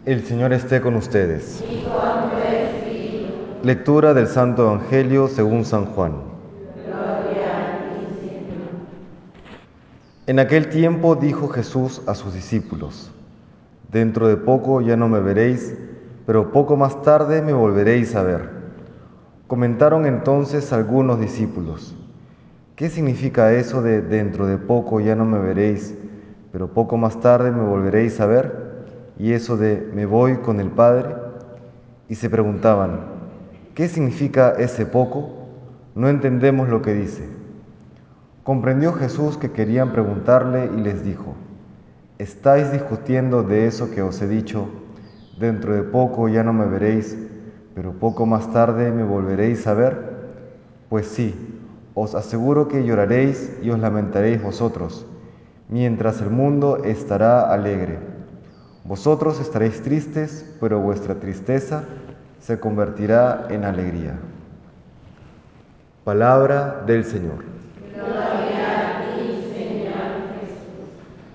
El Señor esté con ustedes. Y con tu espíritu. Lectura del Santo Evangelio según San Juan. Gloria a ti, Señor. En aquel tiempo dijo Jesús a sus discípulos: Dentro de poco ya no me veréis, pero poco más tarde me volveréis a ver. Comentaron entonces algunos discípulos: ¿Qué significa eso de dentro de poco ya no me veréis, pero poco más tarde me volveréis a ver? Y eso de me voy con el Padre. Y se preguntaban: ¿qué significa ese poco? No entendemos lo que dice. Comprendió Jesús que querían preguntarle y les dijo: ¿estáis discutiendo de eso que os he dicho? Dentro de poco ya no me veréis, pero poco más tarde me volveréis a ver. Pues sí, os aseguro que lloraréis y os lamentaréis vosotros, mientras el mundo estará alegre. Vosotros estaréis tristes, pero vuestra tristeza se convertirá en alegría. Palabra del Señor. Gloria a ti, Señor Jesús.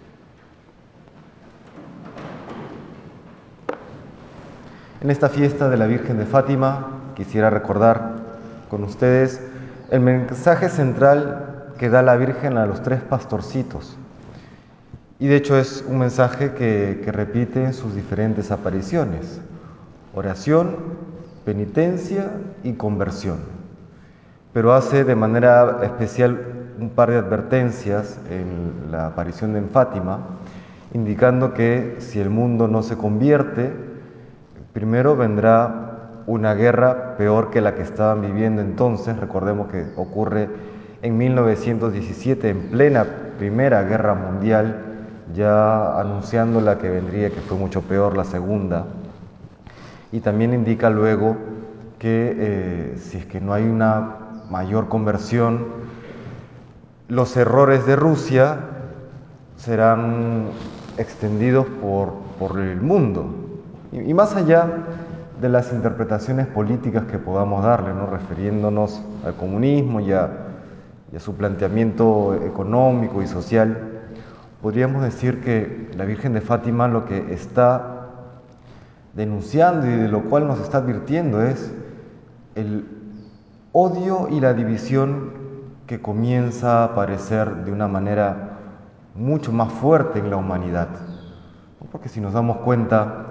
En esta fiesta de la Virgen de Fátima quisiera recordar con ustedes el mensaje central que da la Virgen a los tres pastorcitos. Y de hecho es un mensaje que repite en sus diferentes apariciones: oración, penitencia y conversión. Pero hace de manera especial un par de advertencias en la aparición en Fátima, indicando que si el mundo no se convierte, primero vendrá una guerra peor que la que estaban viviendo entonces. Recordemos que ocurre en 1917, en plena Primera Guerra Mundial, ya anunciando la que vendría, que fue mucho peor, la segunda. Y también indica luego que si es que no hay una mayor conversión, los errores de Rusia serán extendidos por el mundo. Y más allá de las interpretaciones políticas que podamos darle, ¿no?, refiriéndonos al comunismo y a su planteamiento económico y social, podríamos decir que la Virgen de Fátima lo que está denunciando y de lo cual nos está advirtiendo es el odio y la división que comienza a aparecer de una manera mucho más fuerte en la humanidad. Porque si nos damos cuenta,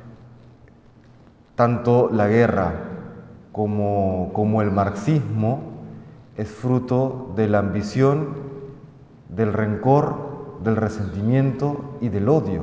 tanto la guerra como el marxismo es fruto de la ambición, del rencor, del resentimiento y del odio.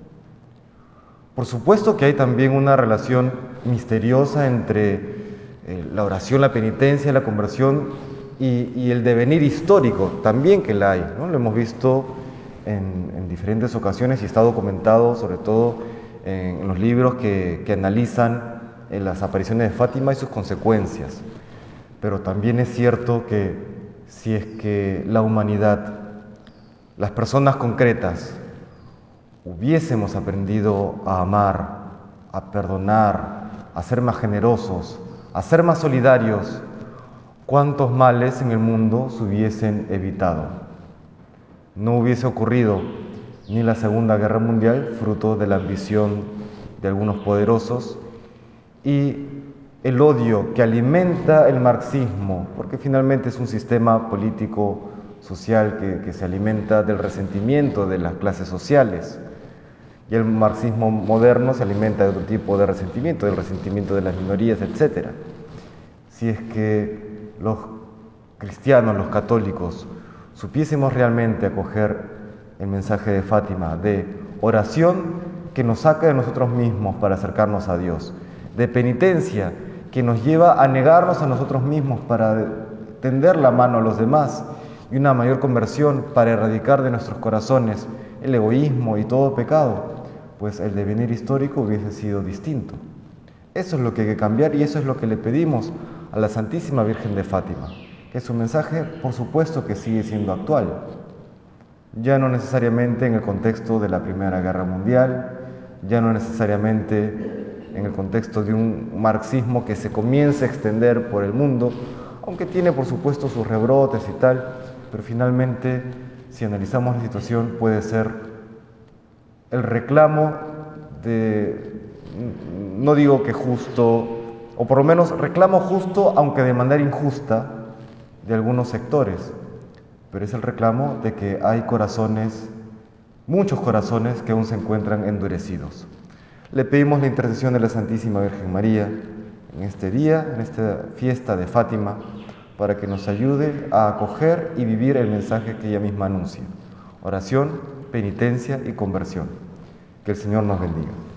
Por supuesto que hay también una relación misteriosa entre la oración, la penitencia, la conversión y el devenir histórico, también que la hay, ¿no? Lo hemos visto en diferentes ocasiones y está documentado sobre todo en los libros que analizan las apariciones de Fátima y sus consecuencias. Pero también es cierto que si es que la humanidad, las personas concretas, hubiésemos aprendido a amar, a perdonar, a ser más generosos, a ser más solidarios, ¿cuántos males en el mundo se hubiesen evitado? No hubiese ocurrido ni la Segunda Guerra Mundial, fruto de la ambición de algunos poderosos, y el odio que alimenta el marxismo, porque finalmente es un sistema político social que se alimenta del resentimiento de las clases sociales. Y el marxismo moderno se alimenta de otro tipo de resentimiento, del resentimiento de las minorías, etc. Si es que los cristianos, los católicos, supiésemos realmente acoger el mensaje de Fátima de oración que nos saca de nosotros mismos para acercarnos a Dios, de penitencia que nos lleva a negarnos a nosotros mismos para tender la mano a los demás, y una mayor conversión para erradicar de nuestros corazones el egoísmo y todo pecado, pues el devenir histórico hubiese sido distinto. Eso es lo que hay que cambiar y eso es lo que le pedimos a la Santísima Virgen de Fátima, que su mensaje, por supuesto, que sigue siendo actual, ya no necesariamente en el contexto de la Primera Guerra Mundial, ya no necesariamente en el contexto de un marxismo que se comienza a extender por el mundo, aunque tiene por supuesto sus rebrotes y tal, pero finalmente, si analizamos la situación, puede ser el reclamo de no digo que justo, o por lo menos reclamo justo, aunque de manera injusta, de algunos sectores, pero es el reclamo de que hay corazones, muchos corazones que aún se encuentran endurecidos. Le pedimos la intercesión de la Santísima Virgen María en este día, en esta fiesta de Fátima, para que nos ayude a acoger y vivir el mensaje que ella misma anuncia. Oración, penitencia y conversión. Que el Señor nos bendiga.